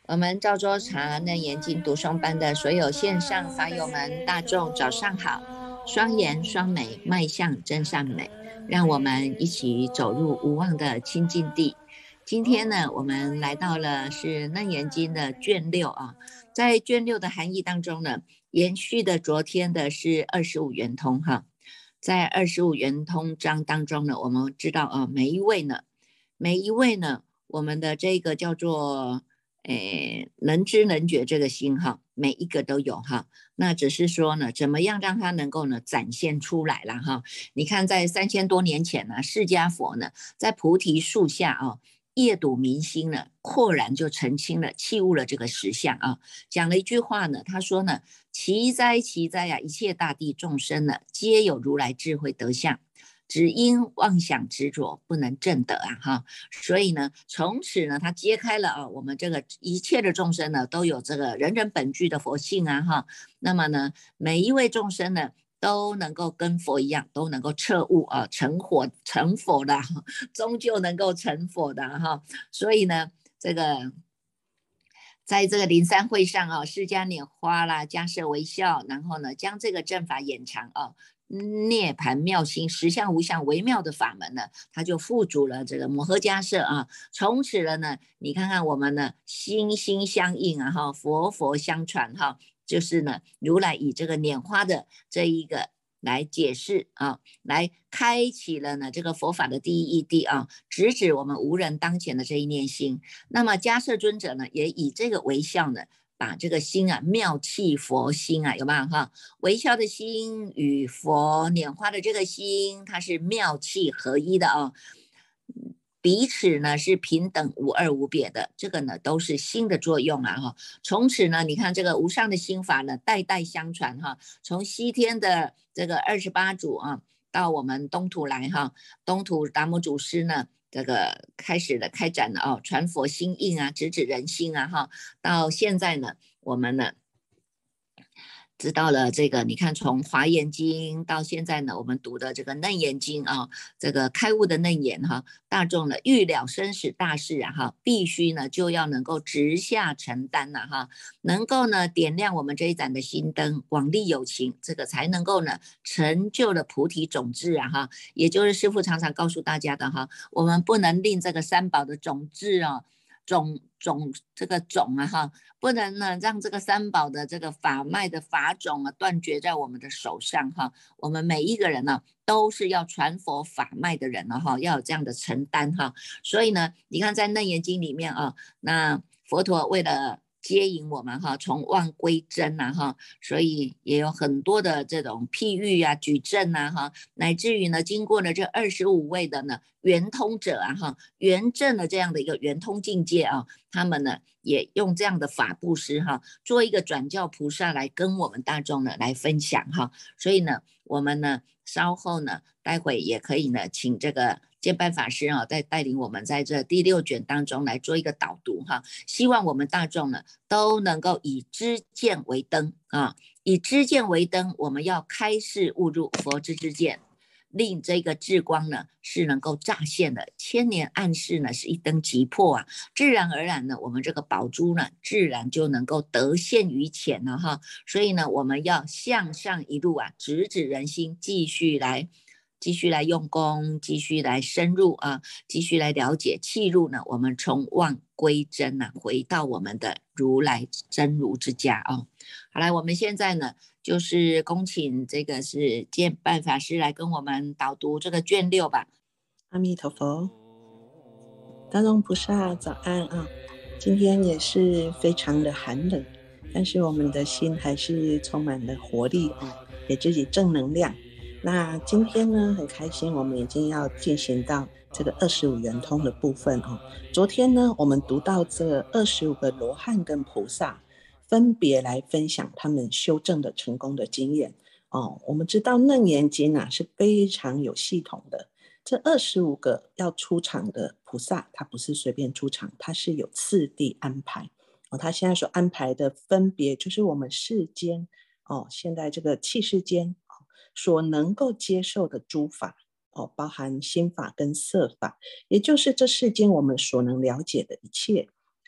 我们赵州茶嫩眼睛读诵班的所有线上法友们，大众早上好！双颜双美，迈向真善美，让我们一起走入无望的清净地。今天呢，我们来到了是嫩眼经的卷六啊，在卷六的含义当中呢，延续的昨天的是25圆通哈，在25圆通章当中呢，我们知道啊，每一位呢，我们的这个叫做能知能觉这个心哈，每一个都有哈。那只是说呢，怎么样让它能够呢展现出来了哈？你看，在3000多年前呢，释迦佛呢在菩提树下啊，夜睹明星呢，豁然就澄清了、弃悟了这个实相啊。讲了一句话呢，他说呢：奇哉奇哉呀、一切大地众生呢，皆有如来智慧德相。只因妄想执着不能证得啊哈，所以呢，从此呢，他揭开了啊，我们这个一切的众生呢，都有这个人人本具的佛性啊哈。那么呢，每一位众生呢，都能够跟佛一样，都能够彻悟啊，成佛的，终究能够成佛的哈。所以呢，这个。在这个灵山会上啊，释迦拈花啦，迦叶微笑，然后呢，将这个正法延长啊，涅盘妙心实相无相微妙的法门呢，他就付诸了这个摩诃迦叶啊，从此了呢，你看看我们呢，心心相印啊哈，佛佛相传哈，就是呢，如来以这个拈花的这一个来解释啊，来开启了呢这个佛法的第一义谛啊，直指我们无人当前的这一念心。那么迦叶尊者呢，也以这个微笑呢，把这个心啊妙气佛心啊，有没有哈？微笑的心与佛拈花的这个心，它是妙气合一的哦。彼此呢是平等无二无别的，这个呢都是心的作用啊哈。从此呢，你看这个无上的心法呢，代代相传哈，从西天的这个28祖啊，到我们东土来哈，东土达摩祖师呢，这个开始了开展了哦，传佛心印啊，直指人心啊哈，到现在呢，我们呢知道了这个，你看从华严经到现在呢，我们读的这个楞严经啊，这个开悟的楞严哈，大众呢欲了生死大事啊哈，必须呢就要能够直下承担呐哈，能够呢点亮我们这一盏的心灯，广利有情，这个才能够呢成就了菩提种子啊哈，也就是师父常常告诉大家的哈，我们不能令这个三宝的种子啊。这个种啊哈，不能呢让这个三宝的这个法脉的法种啊断绝在我们的手上哈。我们每一个人呢都是要传佛法脉的人了哈，要有这样的承担哈。所以呢，你看在楞严经里面啊，那佛陀为了接引我们哈，从妄归真呐哈，所以也有很多的这种譬喻啊、举证啊哈，乃至于呢，经过了这25位的呢圆通者啊哈，圆正的这样的一个圆通境界啊，他们呢也用这样的法布施哈，做一个转教菩萨来跟我们大众呢来分享哈，所以呢，我们呢稍后呢，待会也可以呢，请这个建办法师啊，再带领我们在这第6卷当中来做一个导读哈。希望我们大众呢都能够以知见为灯啊，以知见为灯，我们要开示悟入佛之知见。令这个智光呢是能够乍现的，千年暗示呢是一灯即破啊，自然而然呢，我们这个宝珠呢自然就能够得现于浅了哈。所以呢，我们要向上一路啊，直指人心，继续来用功，继续来深入啊，继续来了解，契入呢，我们从妄归真啊，回到我们的如来真如之家啊。好来，我们现在呢，就是恭请这个是建办法师来跟我们导读这个卷6吧。 阿弥陀佛，大众菩萨早安啊！今天也是非常的寒冷，但是我们的心还是充满了活力啊，给自己正能量。那今天呢，很开心，我们已经要进行到这个25圆通的部分哦。昨天呢，我们读到这25个罗汉跟菩萨，分别来分享他们修正的成功的经验哦。我们知道楞严经啊是非常有系统的，这25个要出场的菩萨，他不是随便出场，他是有次第安排哦。他现在所安排的分别就是我们世间哦，现在这个器世间所能够接受的诸法哦，包含心法跟色法，也就是这世间我们所能了解的一切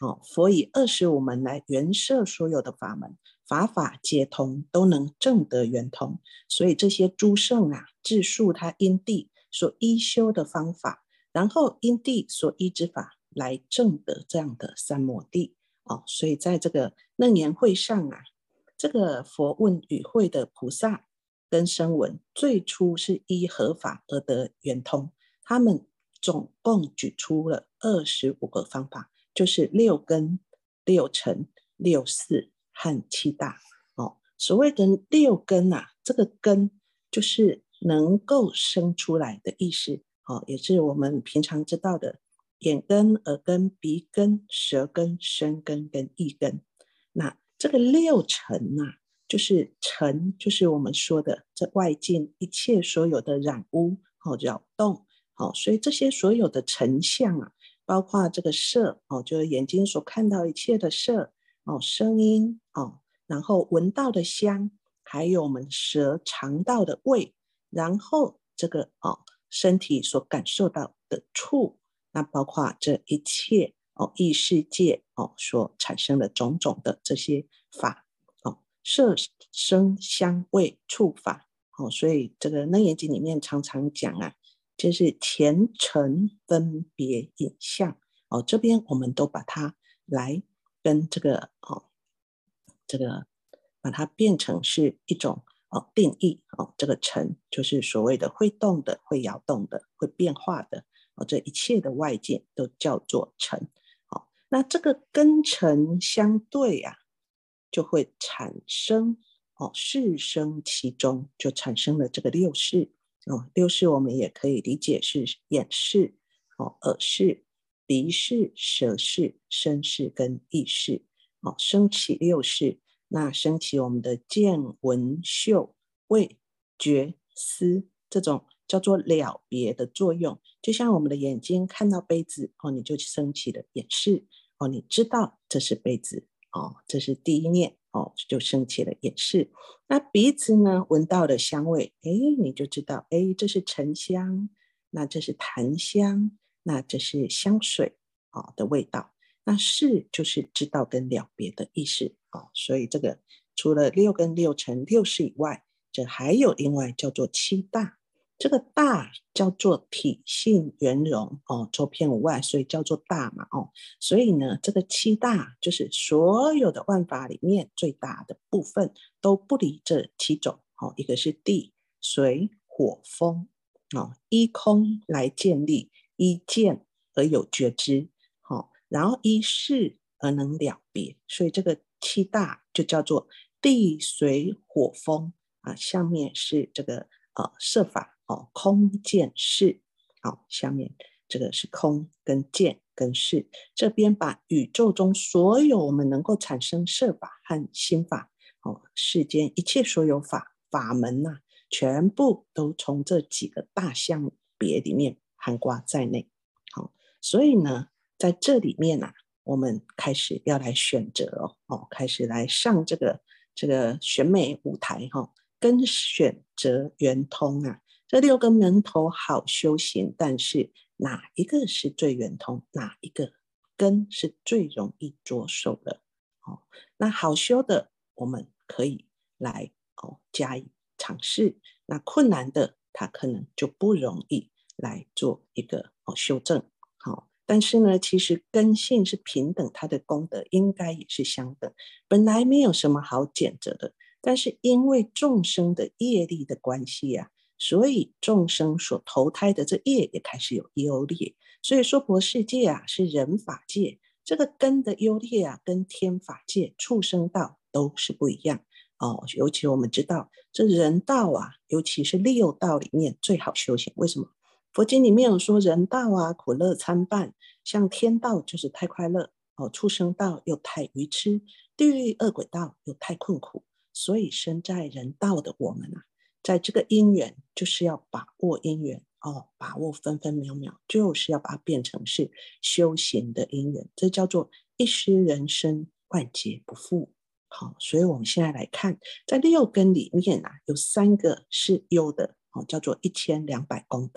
佛以25门来圆摄所有的法门，法法皆通，都能证得圆通。所以这些诸圣啊，自述他因地所依修的方法，然后因地所依之法来证得这样的三摩地。所以在这个楞严会上啊，这个佛问与会的菩萨跟声闻，最初是依合法而得圆通，他们总共举出了25个方法，就是6根、6尘、6识和7大。所谓的6根啊，这个根就是能够生出来的意思，也是我们平常知道的眼根、耳根、鼻根、舌根、身根跟意根。那这个6尘啊，就是尘，就是我们说的这外境一切所有的染污、扰动，所以这些所有的尘相啊，包括这个色，就是眼睛所看到一切的色，声音，然后闻到的香，还有我们舌尝到的味，然后这个身体所感受到的触，那包括这一切异世界所产生的种种的这些法，色声香味触法。所以这个楞严经里面常常讲啊，就是前尘分别影像，这边我们都把它来跟这个把它变成是一种定义，这个尘就是所谓的会动的、会摇动的、会变化的，这一切的外境都叫做尘。那这个跟尘相对啊，就会产生识生其中，就产生了这个6识。6识我们也可以理解是眼识、耳识、鼻识、舌识、身识跟意识，升起6识。那升起我们的见闻嗅味觉思，这种叫做了别的作用。就像我们的眼睛看到杯子，你就升起了眼识，你知道这是杯子，这是第一念，就升起了眼识。那鼻子呢，闻到的香味，你就知道，这是沉香，那这是檀香，那这是香水的味道。那识就是知道跟了别的意思，所以这个除了6跟6尘6识以外，这还有另外叫做7大。这个大叫做体性圆融，周遍无碍，所以叫做大嘛，所以呢，这个7大就是所有的万法里面最大的部分，都不离这7种，一个是地、水、火、风，依空来建立，依见而有觉知，然后依识而能了别，所以这个7大就叫做地水火风下面是这个色法，空见识，下面这个是空跟见跟识，这边把宇宙中所有我们能够产生色法和心法，世间一切所有法门全部都从这几个大项别里面涵盖在内。所以呢，在这里面我们开始要来选择开始来上这个选美舞台跟选择圆通这6个门头好修行，但是哪一个是最圆通，哪一个根是最容易着手的那好修的我们可以来加以尝试，那困难的它可能就不容易来做一个修正。但是呢，其实根性是平等，它的功德应该也是相等，本来没有什么好拣择的，但是因为众生的业力的关系所以众生所投胎的这业也开始有优劣，所以说婆世界是人法界，这个根的优劣跟天法界、畜生道都是不一样尤其我们知道这人道尤其是6道里面最好修行，为什么？佛经里面有说人道苦乐参半，像天道就是太快乐畜生道又太愚痴，地狱恶鬼道又太困苦，所以身在人道的我们在这个因缘就是要把握因缘把握分分秒秒，就是要把它变成是修行的因缘，这叫做一失人生，万劫不复。所以我们现在来看，在6根里面有3个是优的叫做1200功德，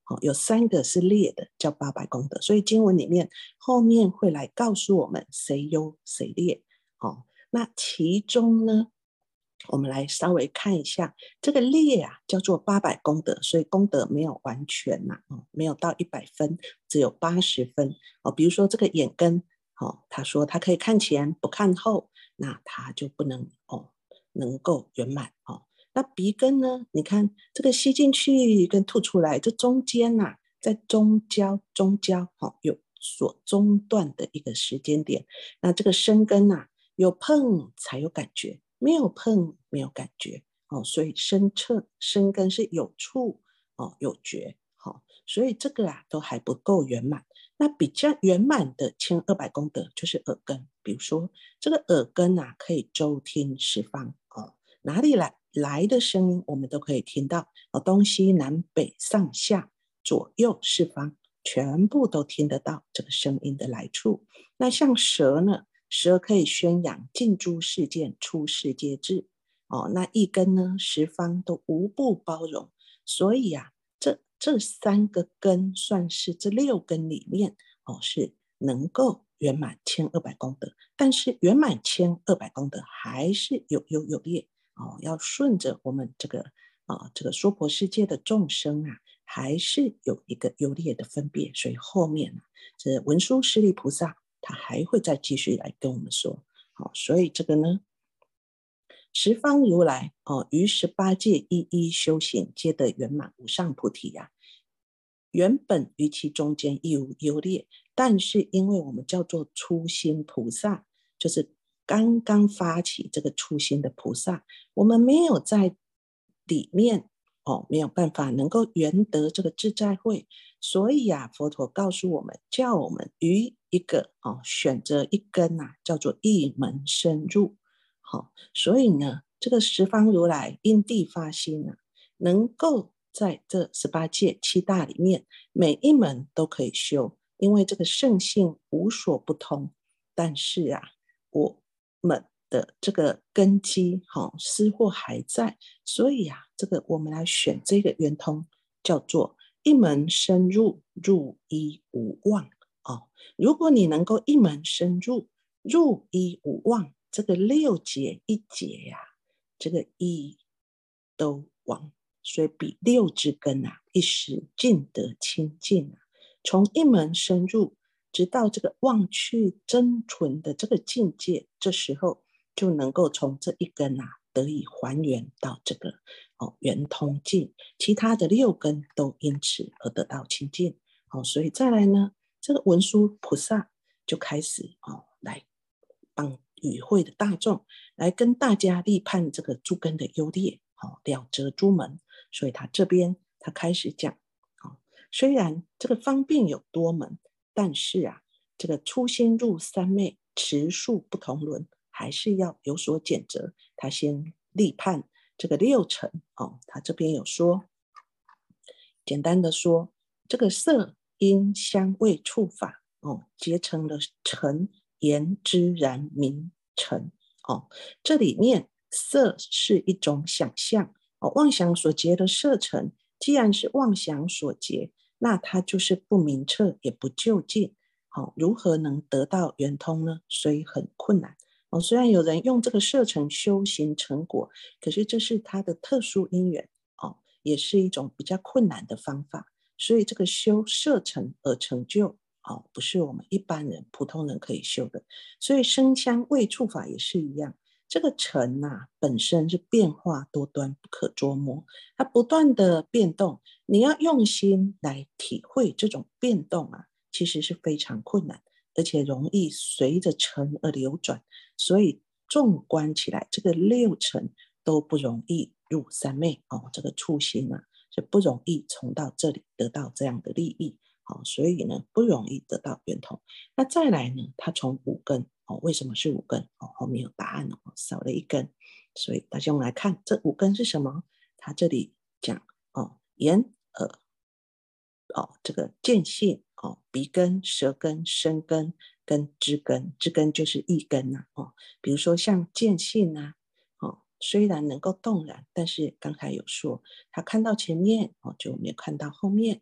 有3个是列的，叫800功德。所以经文里面后面会来告诉我们谁优谁劣。那其中呢，我们来稍微看一下，这个列啊叫做800功德，所以功德没有完全没有到100分，只有80分。比如说这个眼根，他说他可以看前不看后，那他就不能能够圆满。那鼻根呢，你看这个吸进去跟吐出来，这中间在中焦有所中断的一个时间点。那这个身根有碰才有感觉，没有碰没有感觉。所以身根是有触有觉。所以这个都还不够圆满。那比较圆满的1200功德就是耳根。比如说这个耳根可以周听十方。哪里来的声音我们都可以听到。东西南北上下左右四方全部都听得到这个声音的来处。那像舌呢，舌可以宣扬尽诸世界，出世皆智。那一根呢，十方都无不包容。所以这3个根算是这6根里面是能够圆满1200功德。但是圆满1200功德还是有优有劣。要顺着我们这个娑婆世界的众生还是有一个优劣的分别。所以后面这文殊师利菩萨他还会再继续来跟我们说。所以这个呢，十方如来于18界一一修行，皆得圆满无上菩提原本于其中间亦无优劣，但是因为我们叫做初心菩萨，就是刚刚发起这个初心的菩萨，我们没有在里面没有办法能够圆得这个自在慧。所以佛陀告诉我们，叫我们于一个选择一根叫做一门深入。所以呢，这个十方如来因地发心能够在这18界7大里面每一门都可以修。因为这个圣性无所不通，但是我们的这个根基私货还在。所以这个我们来选这个圆通，叫做一门深入，入一无忘。如果你能够一门深入，入一无忘，这个6劫一劫这个一都忘。所以比6之根一时尽得清净。从一门深入，直到这个忘去真纯的这个境界，这时候就能够从这一根得以还原到这个圆通境，其他的6根都因此而得到清净。所以再来呢，这个文殊菩萨就开始来帮与会的大众来跟大家立判这个诸根的优劣，了则诸门。所以他这边他开始讲，虽然这个方便有多门，但是这个初心入三昧，持数不同轮，还是要有所减责。他先立判这个6尘。他这边有说，简单的说，这个色音香味触法结成了尘，言之然名尘。这里面色是一种想象，妄想所结的色尘，既然是妄想所结，那它就是不明彻也不究竟。如何能得到圆通呢？所以很困难。虽然有人用这个色尘修行成果，可是这是他的特殊因缘，也是一种比较困难的方法。所以这个修色尘而成就，不是我们一般人普通人可以修的。所以声香味触法也是一样，这个尘本身是变化多端，不可捉摸，它不断的变动，你要用心来体会这种变动其实是非常困难，而且容易随着尘而流转。所以纵观起来，这个6尘都不容易入三昧这个初心是不容易从到这里得到这样的利益。所以呢不容易得到圆通。那再来呢，他从5根为什么是5根后面有答案少了1根。所以大家我们来看这5根是什么。他这里讲眼耳这个见性鼻根舌根身根跟知根。知根就是意根比如说像见性虽然能够动然，但是刚才有说他看到前面就没有看到后面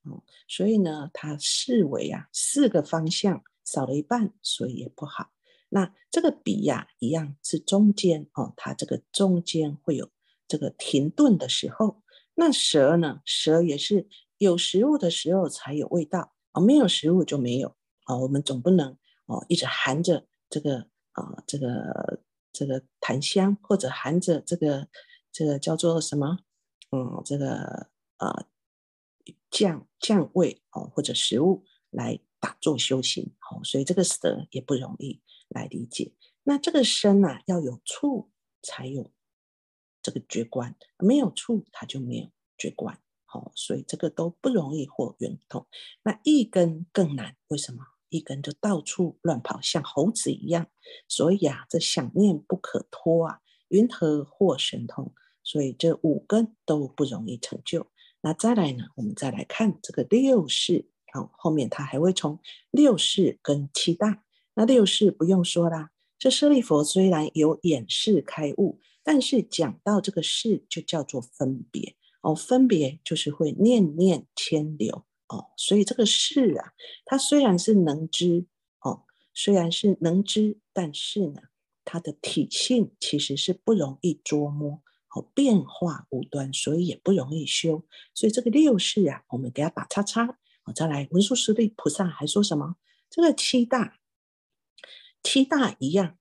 所以呢，它视为4个方向少了一半，所以也不好。那这个笔一样是中间它这个中间会有这个停顿的时候。那舌呢，舌也是有食物的时候才有味道没有食物就没有我们总不能一直含着这个檀香，或者含着这个叫做什么这个酱味或者食物来打坐修行所以这个舌也不容易来理解。那这个身要有触才有这个觉观，没有触它就没有觉观所以这个都不容易获圆通。那一根更难，为什么？一根就到处乱跑，像猴子一样。所以这想念不可脱云何获神通？所以这5根都不容易成就。那再来呢，我们再来看这个6识后面他还会从6识跟7大。那6识不用说啦，这舍利弗虽然有眼识开悟，但是讲到这个识就叫做分别分别就是会念念牵流所以这个识它虽然是能知但是呢，它的体性其实是不容易捉摸变化无端，所以也不容易修。所以这个6识我们给它打叉叉再来，文殊师利菩萨还说什么？这个7大一样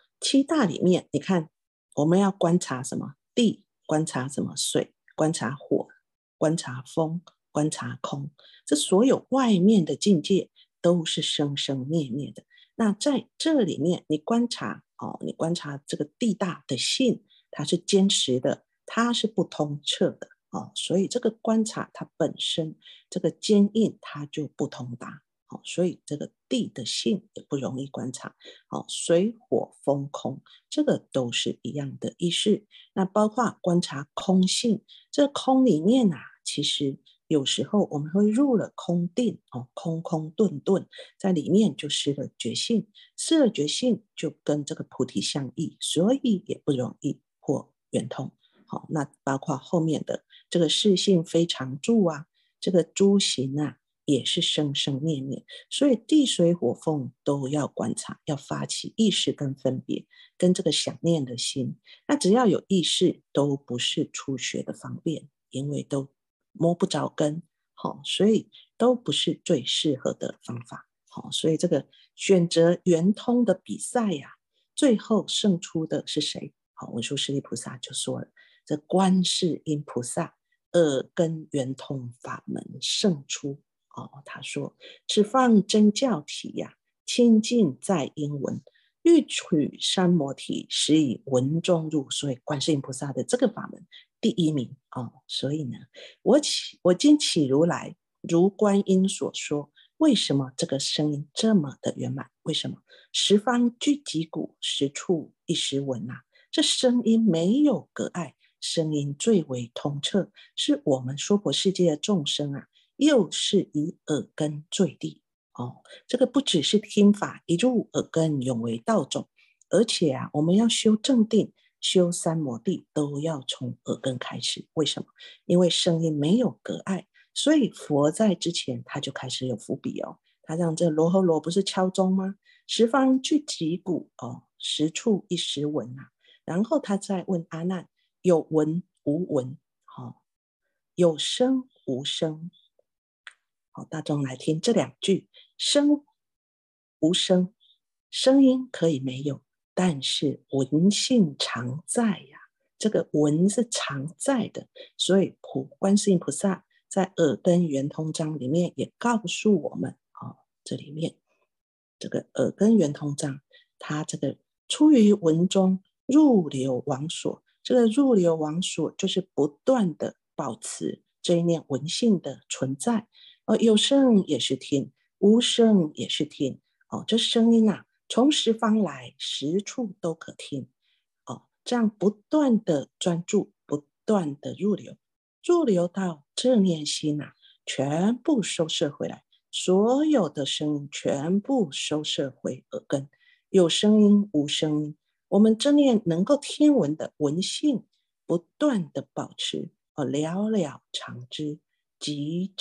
7大里面你看我们要观察什么？地，观察什么？水，观察火，观察风，观察空。这所有外面的境界都是生生灭灭的。那在这里面你观察这个地大的性，它是坚持的，它是不通彻的所以这个观察它本身这个坚硬它就不通达所以这个地的性也不容易观察水火风空这个都是一样的意识。那包括观察空性，这空里面其实有时候我们会入了空定空空顿顿，在里面就失了觉性，失了觉性就跟这个菩提相异，所以也不容易获圆通那包括后面的这个识性非常住这个诸行也是生生灭灭，所以地水火风都要观察，要发起意识跟分别跟这个想念的心。那只要有意识都不是初学的方便，因为都摸不着根所以都不是最适合的方法所以这个选择圆通的比赛最后胜出的是谁？文殊师利菩萨就说了，这观世音菩萨耳根圆通法门胜出他说此方真教体清净在音闻，欲取三摩提，实以文中入。所以观世音菩萨的这个法门第1名所以呢，我今起如来如观音所说，为什么这个声音这么的圆满？为什么十方聚集鼓，十处一时闻这声音没有隔碍，声音最为通彻，是我们娑婆世界的众生又是以耳根坠地这个不只是听法一入耳根永为道种，而且我们要修正定修三摩地都要从耳根开始。为什么？因为声音没有隔碍，所以佛在之前他就开始有伏笔他让这罗睺罗不是敲钟吗？十方聚集鼓十处一时闻然后他再问阿难，有闻无闻有声无声大众来听这2句，声无声，声音可以没有，但是闻性常在这个闻是常在的，所以观世音菩萨在耳根圆通章里面也告诉我们这里面这个耳根圆通章，它这个出于闻中入流往所，这个入流往所就是不断的保持这一念闻性的存在有声也是听，无声也是听这声音从十方来，十处都可听这样不断的专注，不断的入流到这念心全部收摄回来，所有的声音全部收摄回耳根，有声音无声音，我们这念能够听闻的闻性不断的保持了了常知，即照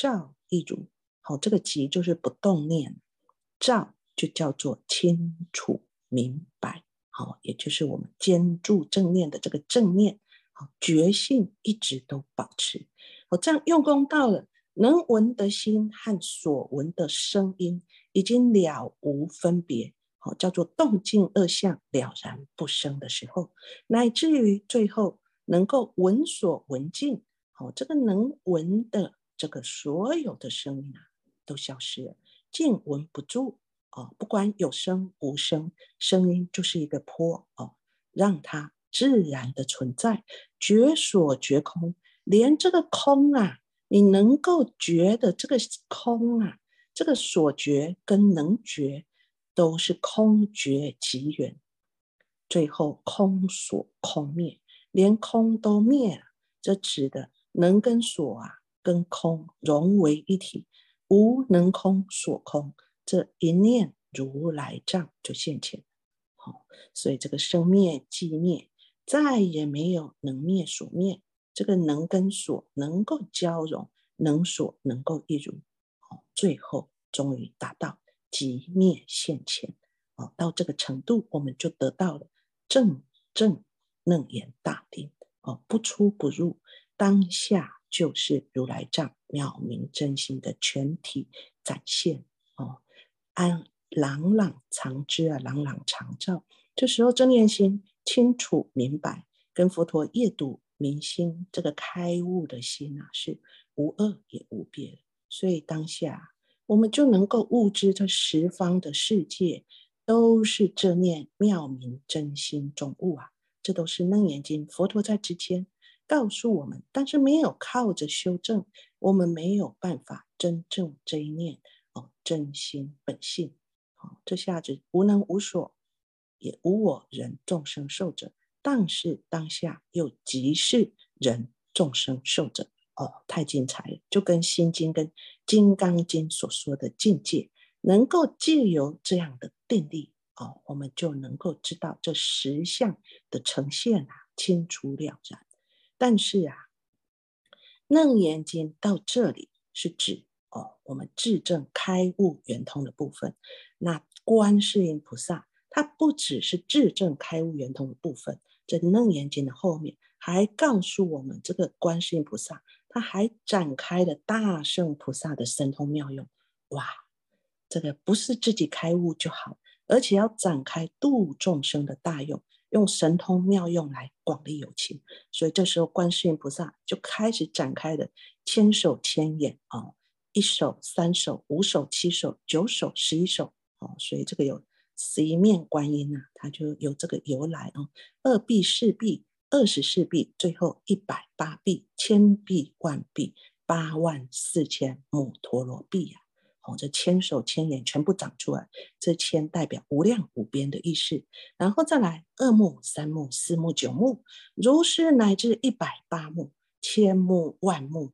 一如。好，这个即就是不动念，照就叫做清楚明白。好，也就是我们坚住正念的这个正念，好，觉性一直都保持。好，这样用功到了能闻的心和所闻的声音已经了无分别，好，叫做动静二相了然不生的时候，乃至于最后能够闻所闻尽，好，这个能闻的这个所有的声音都消失了，尽闻不住。不管有声无声，声音就是一个波，让它自然的存在，觉所觉空，连这个空你能够觉得这个空这个所觉跟能觉都是空觉即缘，最后空所空灭，连空都灭了，这指的能跟所跟空融为一体，无能空所空，这一念如来藏就现前。所以这个生灭即灭，再也没有能灭所灭，这个能跟所能够交融，能所能够一如，最后终于达到即灭现前。到这个程度，我们就得到了正正楞严大定，不出不入，当下就是如来藏妙明真心的全体展现。安朗朗常知朗朗常照，这时候正念心清楚明白，跟佛陀夜睹明心这个开悟的心是无二也无别的。所以当下我们就能够悟知这十方的世界都是这念妙明真心中悟这都是楞严经佛陀在之前告诉我们，但是没有靠着修正，我们没有办法真正这一念真心本性。这下子无能无所，也无我人众生寿者，但是当下又即是人众生寿者。太精彩了，就跟心经跟金刚经所说的境界，能够借由这样的定力，我们就能够知道这实相的呈现清楚了然。但是楞严经到这里是指我们智证开悟圆通的部分，那观世音菩萨他不只是智证开悟圆通的部分，在楞严经的后面还告诉我们，这个观世音菩萨他还展开了大圣菩萨的神通妙用。这个不是自己开悟就好，而且要展开度众生的大用，用神通妙用来广利有情。所以这时候观世音菩萨就开始展开了千手千眼1手3手5手7手9手11手所以这个有11面观音它就有这个由来2臂4臂24臂，最后108臂1000臂万臂84000母陀罗臂这千手千眼全部长出来，这千代表无量无边的意思。然后再来2目3目4目9目，如是乃至108目1000目万目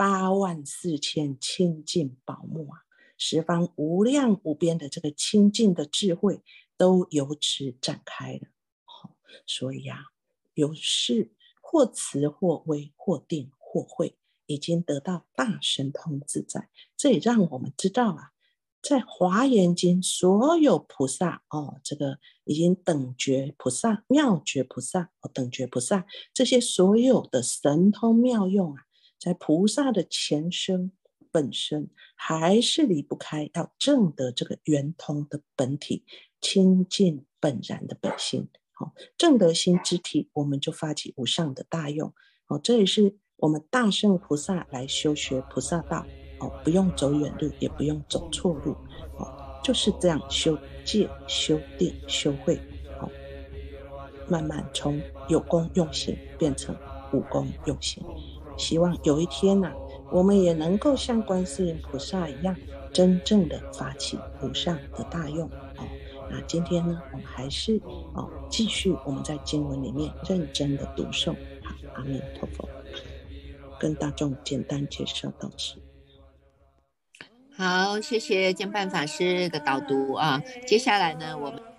84000清净宝目十方无量无边的这个清净的智慧都由此展开了。所以有事或慈或威或定或慧，已经得到大神通自在。这也让我们知道在华严经所有菩萨这个已经等觉菩萨妙觉菩萨等觉菩萨，这些所有的神通妙用在菩萨的前身本身还是离不开要证得这个圆通的本体，清净本然的本心。证得心之体，我们就发起无上的大用。这也是我们大圣菩萨来修学菩萨道不用走远路，也不用走错路就是这样修戒修定修慧慢慢从有功用行变成无功用行。希望有一天我们也能够像观世音菩萨一样，真正的发起无上的大用那今天呢，我们还是继续我们在经文里面认真的读诵。好，阿弥陀佛。跟大众简单介绍到此。 好，谢谢建办法师的导读接下来呢，我们